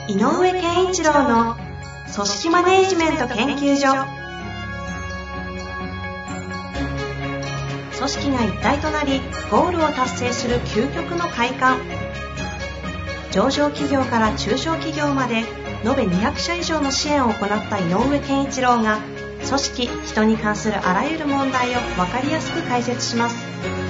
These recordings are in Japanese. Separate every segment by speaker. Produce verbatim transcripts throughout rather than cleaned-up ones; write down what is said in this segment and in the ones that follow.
Speaker 1: 井上健一郎の組織マネジメント研究所。組織が一体となりゴールを達成する究極の快感。上場企業から中小企業まで延べにひゃくしゃ以上の支援を行った井上健一郎が、組織・人に関するあらゆる問題を分かりやすく解説します。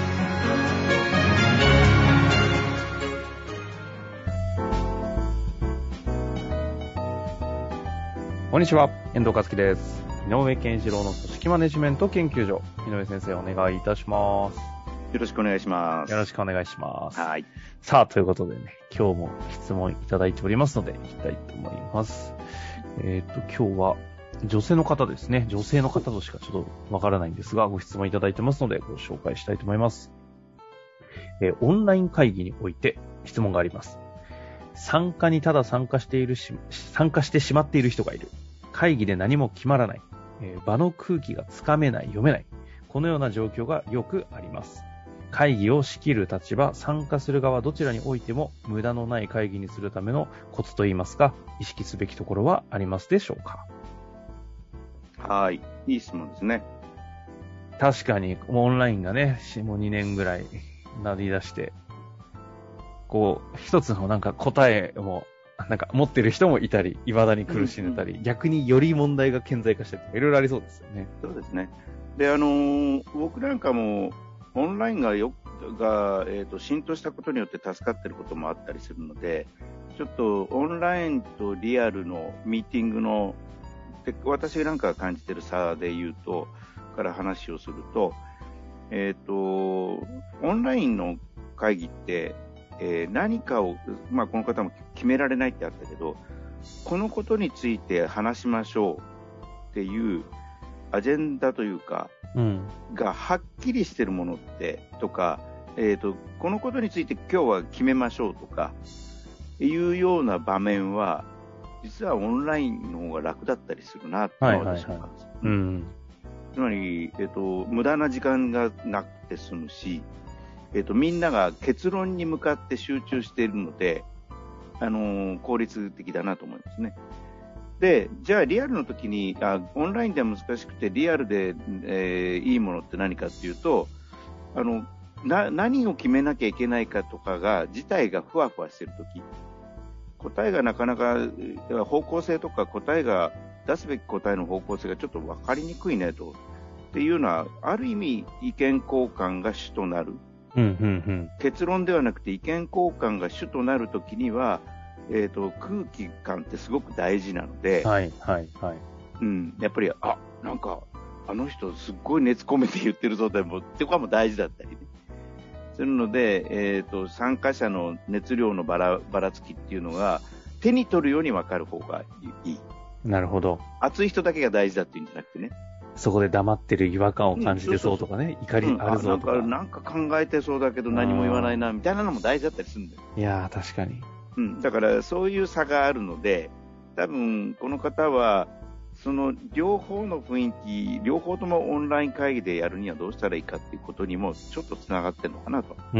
Speaker 2: こんにちは、遠藤和樹です。井上健一郎の組織マネジメント研究所。井上先生、お願いいたします。
Speaker 3: よろしくお願いします。
Speaker 2: よろしくお願いします。
Speaker 3: はい。
Speaker 2: さあ、ということでね、今日も質問いただいておりますので、いきたいと思います。えっと、今日は女性の方ですね。女性の方としかちょっとわからないんですが、ご質問いただいてますので、ご紹介したいと思います。えー、オンライン会議において質問があります。参加にただ参加しているし、参加してしまっている人がいる。会議で何も決まらない。えー、場の空気がつかめない、読めない。このような状況がよくあります。会議を仕切る立場、参加する側どちらにおいても無駄のない会議にするためのコツといいますか、意識すべきところはありますでしょうか？
Speaker 3: はい。いい質問ですね。
Speaker 2: 確かに、オンラインがね、もうにねんぐらいなり出して、こう、一つのなんか答えも、なんか持ってる人もいたり、未だに苦しんでたり、うんうん、逆により問題が顕在化してるとか、いろいろありそうですよね。
Speaker 3: そうですね。で、あのー、僕なんかも、オンラインがよが、えーと、浸透したことによって助かっていることもあったりするので、ちょっとオンラインとリアルのミーティングの、で私なんかが感じている差で言うと、から話をすると、えーと、オンラインの会議って、えー、何かを、まあ、この方も決められないってあったけど、このことについて話しましょうっていうアジェンダというか、うん、がはっきりしてるものってとか、えーと、このことについて今日は決めましょうとかいうような場面は実はオンラインの方が楽だったりするなって私は感じます。つまり、えーと、無駄な時間がなくて済むし、えーと、みんなが結論に向かって集中しているので、あのー、効率的だなと思いますね。で、じゃあリアルの時に、あ、オンラインでは難しくてリアルで、えー、いいものって何かっていうと、あの、な、何を決めなきゃいけないかとかが、自体がふわふわしてる時、答えがなかなか、方向性とか答えが、出すべき答えの方向性がちょっと分かりにくいねと。っていうのは、ある意味意見交換が主となる。うんうんうん、結論ではなくて意見交換が主となる時には、えーと、空気感ってすごく大事なので、
Speaker 2: はいはいはい。
Speaker 3: うん、やっぱり、あ、なんか、あの人すっごい熱込めて言ってるぞでも、ってことも大事だったりね。するので、えーと、参加者の熱量のばら、ばらつきっていうのが、手に取るように分かる方がいい。
Speaker 2: なるほど。
Speaker 3: 熱い人だけが大事だっていうんじゃなくてね。
Speaker 2: そこで黙ってる違和感を感じてそうとかね、うん、そうそうそう、怒りあるぞとか、
Speaker 3: うん、なんか、なんか考えてそうだけど何も言わないな、みたいなのも大事だったりするんだよ。
Speaker 2: いやー、確かに。
Speaker 3: うん、だからそういう差があるので、多分この方はその両方の雰囲気、両方ともオンライン会議でやるにはどうしたらいいかっていうことにもちょっとつながってるのかなと。うん。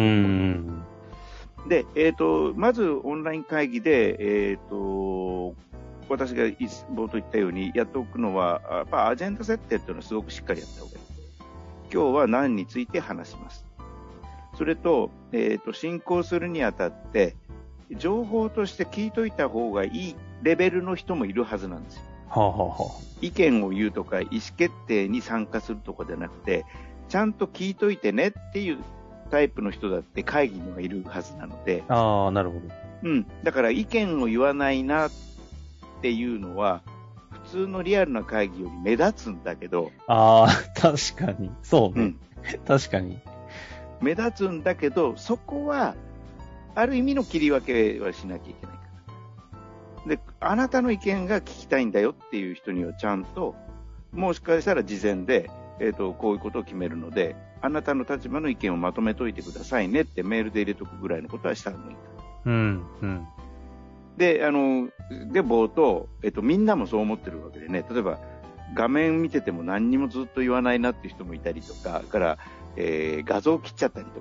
Speaker 3: で、えっと、まずオンライン会議で、えっと、私が冒頭言ったようにやっておくのは、やっぱアジェンダ設定っていうのはすごくしっかりやった方がいい。今日は何について話します。それと、えっと、進行するにあたって、情報として聞いといた方がいいレベルの人もいるはずなんですよ。はあはあはあ、意見を言うとか意思決定に参加するとかじゃなくて、ちゃんと聞いといてねっていうタイプの人だって会議にはいるはずなので。
Speaker 2: ああ、なるほど。
Speaker 3: うん。だから意見を言わないなっていうのは、普通のリアルな会議より目立つんだけど。
Speaker 2: ああ、確かに。そうね。うん、確かに。
Speaker 3: 目立つんだけど、そこは、ある意味の切り分けはしなきゃいけないから。で、あなたの意見が聞きたいんだよっていう人にはちゃんと、もしかしたら事前で、えっと、こういうことを決めるので、あなたの立場の意見をまとめといてくださいねってメールで入れとくぐらいのことはした方がいい。うん、うん。で、あの、で、冒頭、えっと、みんなもそう思ってるわけでね、例えば、画面見てても何にもずっと言わないなっていう人もいたりとか、から、えー、画像切っちゃったりとか、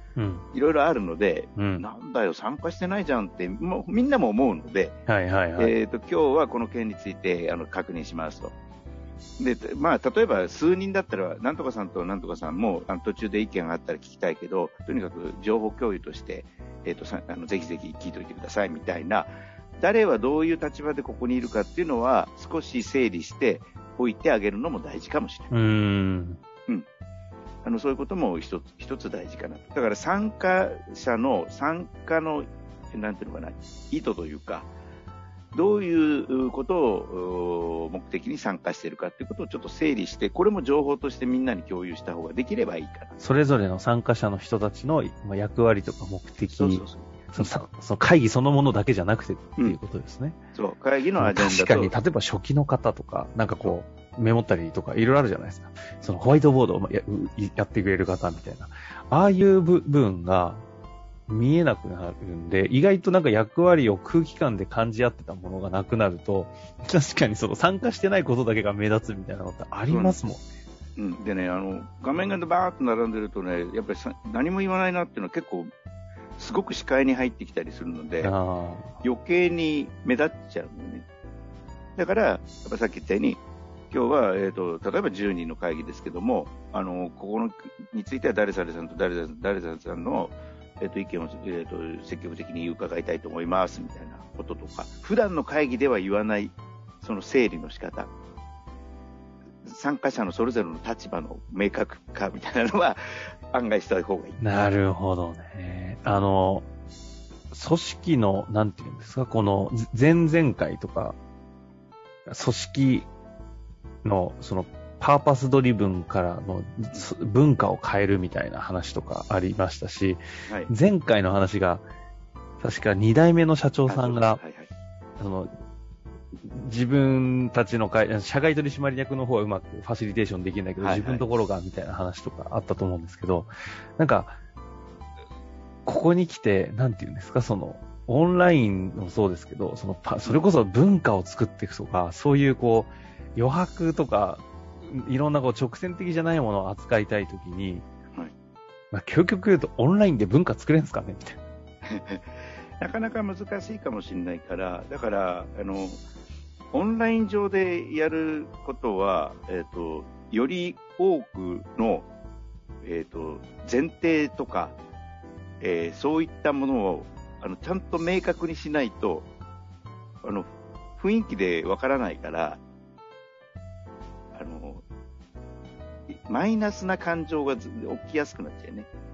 Speaker 2: うん、
Speaker 3: いろいろあるので、
Speaker 2: うん、
Speaker 3: なんだよ参加してないじゃんってもうみんなも思うので、
Speaker 2: はいはいはい、
Speaker 3: えーと、今日はこの件についてあの確認しますと。で、まあ、例えば数人だったらなんとかさんとなんとかさんもあの途中で意見があったら聞きたいけど、とにかく情報共有として、えーと、さあのぜひぜひ聞いておいてくださいみたいな、誰はどういう立場でここにいるかっていうのは少し整理しておいてあげるのも大事かもしれない。
Speaker 2: うーん、
Speaker 3: うん、あのそういうことも一つ一つ大事かなと。だから参加者の参加のなんていうのかな、意図というか、どういうことを目的に参加しているかということをちょっと整理して、これも情報としてみんなに共有した方ができればいいかな。
Speaker 2: それぞれの参加者の人たちの役割とか目的、
Speaker 3: そうそうそう、
Speaker 2: そのその会議そのものだけじゃなくてっていうことですね。
Speaker 3: うん、そう、会議のアジェンダと。
Speaker 2: 確かに、例えば初期の方とか、なんかこう、メモったりとかいろいろあるじゃないですか。そのホワイトボードを や, やってくれる方みたいな。ああいう部分が見えなくなるんで、意外となんか役割を空気感で感じ合ってたものがなくなると、確かにその参加してないことだけが目立つみたいなのってありますもんね。
Speaker 3: うん、でね、あの、画面がバーッと並んでるとね、やっぱりさ何も言わないなっていうのは結構、すごく視界に入ってきたりするので、余計に目立っちゃうんだよね。だから、やっぱさっき言ったように、今日は、えーと、例えばじゅうにんの会議ですけども、あの、ここのについては誰々さんと誰々誰々さんの、えーと、意見を、えーと、積極的に伺いたいと思いますみたいなこととか、普段の会議では言わないその整理の仕方、参加者のそれぞれの立場の明確化みたいなのは案外した方がいい。
Speaker 2: なるほどね。あの、組織の、なんていうんですか、この前々回とか、組織のそのパーパスドリブンからの文化を変えるみたいな話とかありましたし、はい、前回の話が確かに代目の社長さんが、はいはい、その自分たちの会、社外取締役の方はうまくファシリテーションできないけど、はいはい、自分のところがみたいな話とかあったと思うんですけど、なんかここに来てなんていうんですか、そのオンラインもそうですけど、そのそれこそ文化を作っていくとか、そういうこう余白とかいろんなこう直線的じゃないものを扱いたいときに、はい、まあ、究極言うとオンラインで文化作れるんですかねみたい
Speaker 3: な。なかなか難しいかもしれないから、だからあのオンライン上でやることは、えっとより多くのえっと前提とか、えー、そういったものをあのちゃんと明確にしないとあの雰囲気でわからないから。あのマイナスな感情が起きやすくなっちゃうね。うん、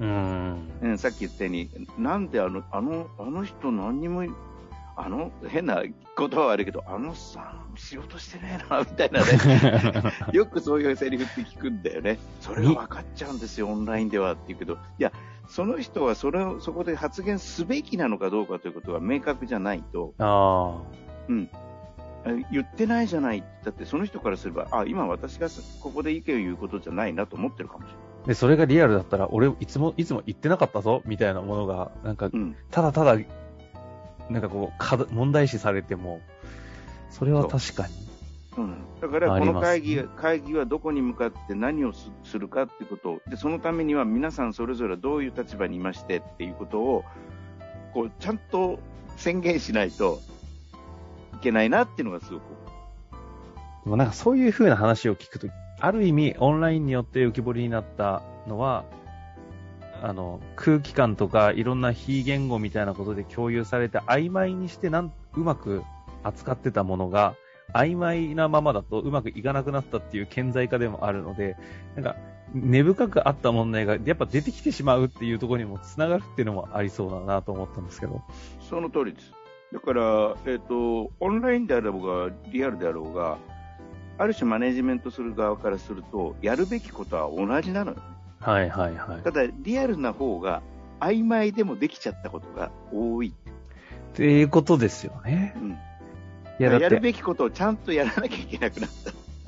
Speaker 3: うん、さっき言ったように、なんであのあのあの人何にもあの変な言葉はあるけど、あのさ仕事してねえなみたいなね。よくそういうセリフって聞くんだよね。それが分かっちゃうんですよオンラインではって言うけど、いやその人はそれをそこで発言すべきなのかどうかということが明確じゃないと。あうん。言ってないじゃない。だってその人からすれば、あ、今私がここで意見を言うことじゃないなと思ってるかもしれない。
Speaker 2: で、それがリアルだったら、俺いつも、いつも言ってなかったぞ、みたいなものが、なんか、うん、ただただ、なんかこう、問題視されても、それは確かに。
Speaker 3: うん。だから、この会議、会議はどこに向かって何をするかっていうことを、で、そのためには皆さんそれぞれどういう立場にいましてっていうことを、こう、ちゃんと宣言しないと、いけないなっていうのがすごく。
Speaker 2: でもなんかそういう風な話を聞くと、ある意味オンラインによって浮き彫りになったのは、あの空気感とかいろんな非言語みたいなことで共有されて曖昧にしてなんうまく扱ってたものが曖昧なままだとうまくいかなくなったっていう顕在化でもあるので、なんか根深くあった問題がやっぱ出てきてしまうっていうところにもつながるっていうのもありそうだなと思ったんですけど。
Speaker 3: その通りです。だから、えっと、オンラインであろうが、リアルであろうが、ある種マネジメントする側からすると、やるべきことは同じなのよ。
Speaker 2: はいはいはい。
Speaker 3: ただ、リアルな方が、曖昧でもできちゃったことが多い。
Speaker 2: っていうことですよね。うん。い
Speaker 3: や、だってやるべきことをちゃんとやらなきゃいけなくなった。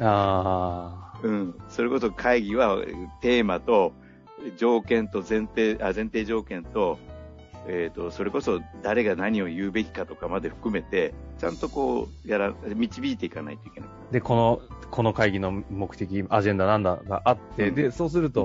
Speaker 3: ああ。うん。それこそ会議は、テーマと、条件と前提、あ、前提条件と、えーと、それこそ誰が何を言うべきかとかまで含めてちゃんとこうやら導いていかないといけない。
Speaker 2: でこのこの会議の目的アジェンダなんだがあって、うん、でそうすると、うん、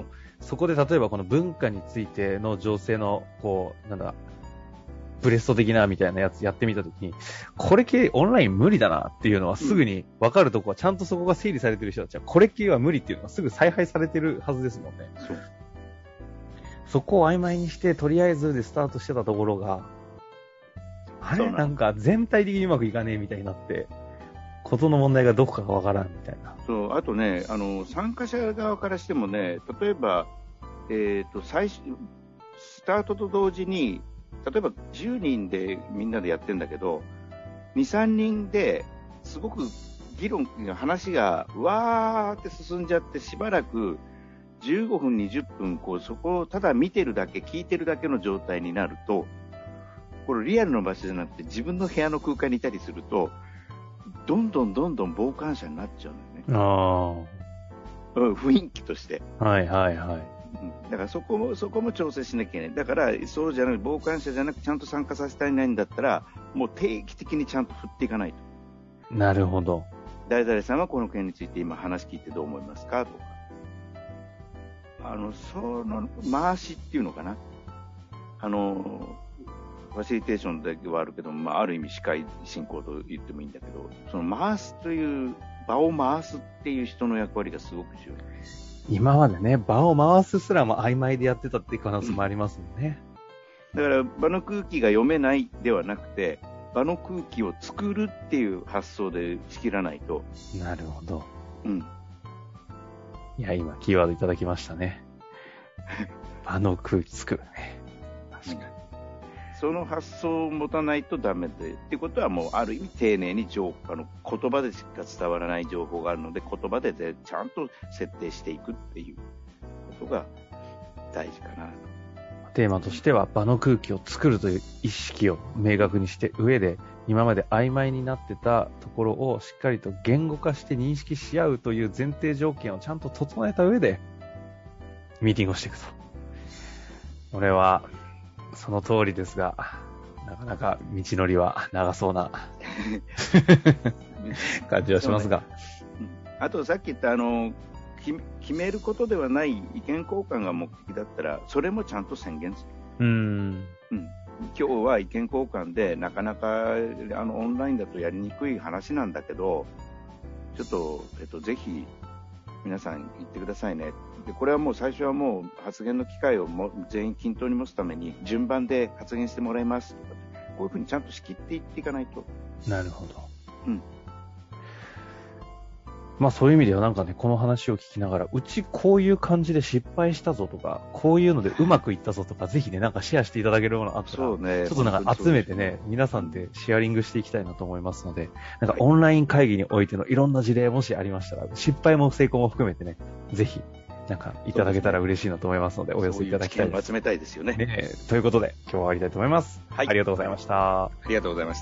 Speaker 2: そこで例えばこの文化についての情勢の、こう、なんだ、ブレスト的なみたいなやつやってみたときに、これ系オンライン無理だなっていうのはすぐに分かるとこは、ちゃんとそこが整理されてる人たちは、これ系は無理っていうのはすぐ采配されてるはずですもんね。
Speaker 3: そう。
Speaker 2: そこを曖昧にして、とりあえずでスタートしてたところが、あれなんか全体的にうまくいかねえみたいになって、ことの問題がどこかが分からんみたいな。
Speaker 3: そう、あとね、あの、参加者側からしてもね、例えば、えっと、最初、スタートと同時に、例えばじゅうにんでみんなでやってるんだけど、に、さんにんですごく議論、話がわーって進んじゃってしばらくじゅうごふん、にじゅっぷんこうそこをただ見てるだけ、聞いてるだけの状態になると、これリアルの場所じゃなくて自分の部屋の空間にいたりすると、どんどんどんどん傍観者になっちゃうんだよね。ああ、うん、雰囲気として。
Speaker 2: はいはいはい。
Speaker 3: だからそこもそこも調整しなきゃいけない。だからそうじゃなく傍観者じゃなくちゃんと参加させたいないんだったらもう定期的にちゃんと振っていかないと。
Speaker 2: なるほど。
Speaker 3: 誰々さんはこの件について今話聞いてどう思いますかとか、あのその回しっていうのかな。あのファシリテーションだけはあるけど、まあ、ある意味司会進行と言ってもいいんだけど、その回すという場を回すっていう人の役割がすごく重要。
Speaker 2: 今までね、場を回すすらも曖昧でやってたっていう可能性もありますもんね。
Speaker 3: だから場の空気が読めないではなくて、場の空気を作るっていう発想で仕切らないと。
Speaker 2: なるほど。
Speaker 3: うん。
Speaker 2: いや、今、キーワードいただきましたね。場の空気作るね。確かに。
Speaker 3: その発想を持たないとダメで、ってことはもうある意味丁寧に情あの言葉でしか伝わらない情報があるので、言葉でちゃんと設定していくっていうことが大事かな。
Speaker 2: テーマとしては場の空気を作るという意識を明確にして上で、今まで曖昧になってたところをしっかりと言語化して認識し合うという前提条件をちゃんと整えた上でミーティングをしていくと。これはその通りですが、なかなか道のりは長そうな感じはしますが、ね、
Speaker 3: あとさっき言ったあの決めることではない意見交換が目的だったら、それもちゃんと宣言する。
Speaker 2: うーん、
Speaker 3: うん、今日は意見交換でなかなかあのオンラインだとやりにくい話なんだけど、ちょっと、えっと、ぜひ皆さん言ってくださいね。でこれはもう最初はもう発言の機会をも全員均等に持つために順番で発言してもらいますとか、こういうふうにちゃんと仕切っていっていかないと。
Speaker 2: なるほど。
Speaker 3: うん。
Speaker 2: まあそういう意味ではなんかね、この話を聞きながら、うちこういう感じで失敗したぞとか、こういうのでうまくいったぞとか、ぜひね、なんかシェアしていただけるものあったら、
Speaker 3: そうね、
Speaker 2: ちょっとなんか集めてね、皆さんでシェアリングしていきたいなと思いますので、なんかオンライン会議においてのいろんな事例もしありましたら、失敗も成功も含めてね、ぜひ、なんかいただけたら嬉しいなと思いますので、お寄せいただきたいです。
Speaker 3: そういう知見を集めたいですよね。
Speaker 2: ね、ということで、今日は終わりたいと思います。はい。ありがとうございました。
Speaker 3: ありがとうございました。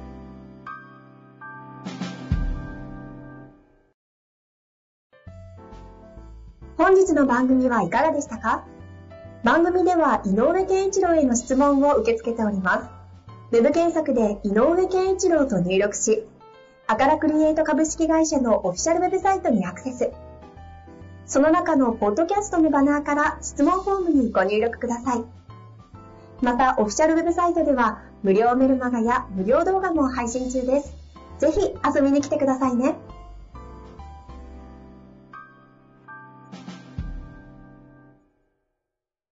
Speaker 1: 本日の番組はいかがでしたか？番組では井上健一郎への質問を受け付けております。ウェブ検索で井上健一郎と入力し、アカラクリエイト株式会社のオフィシャルウェブサイトにアクセス。その中のポッドキャストのバナーから質問フォームにご入力ください。また、オフィシャルウェブサイトでは無料メルマガや無料動画も配信中です。ぜひ遊びに来てくださいね。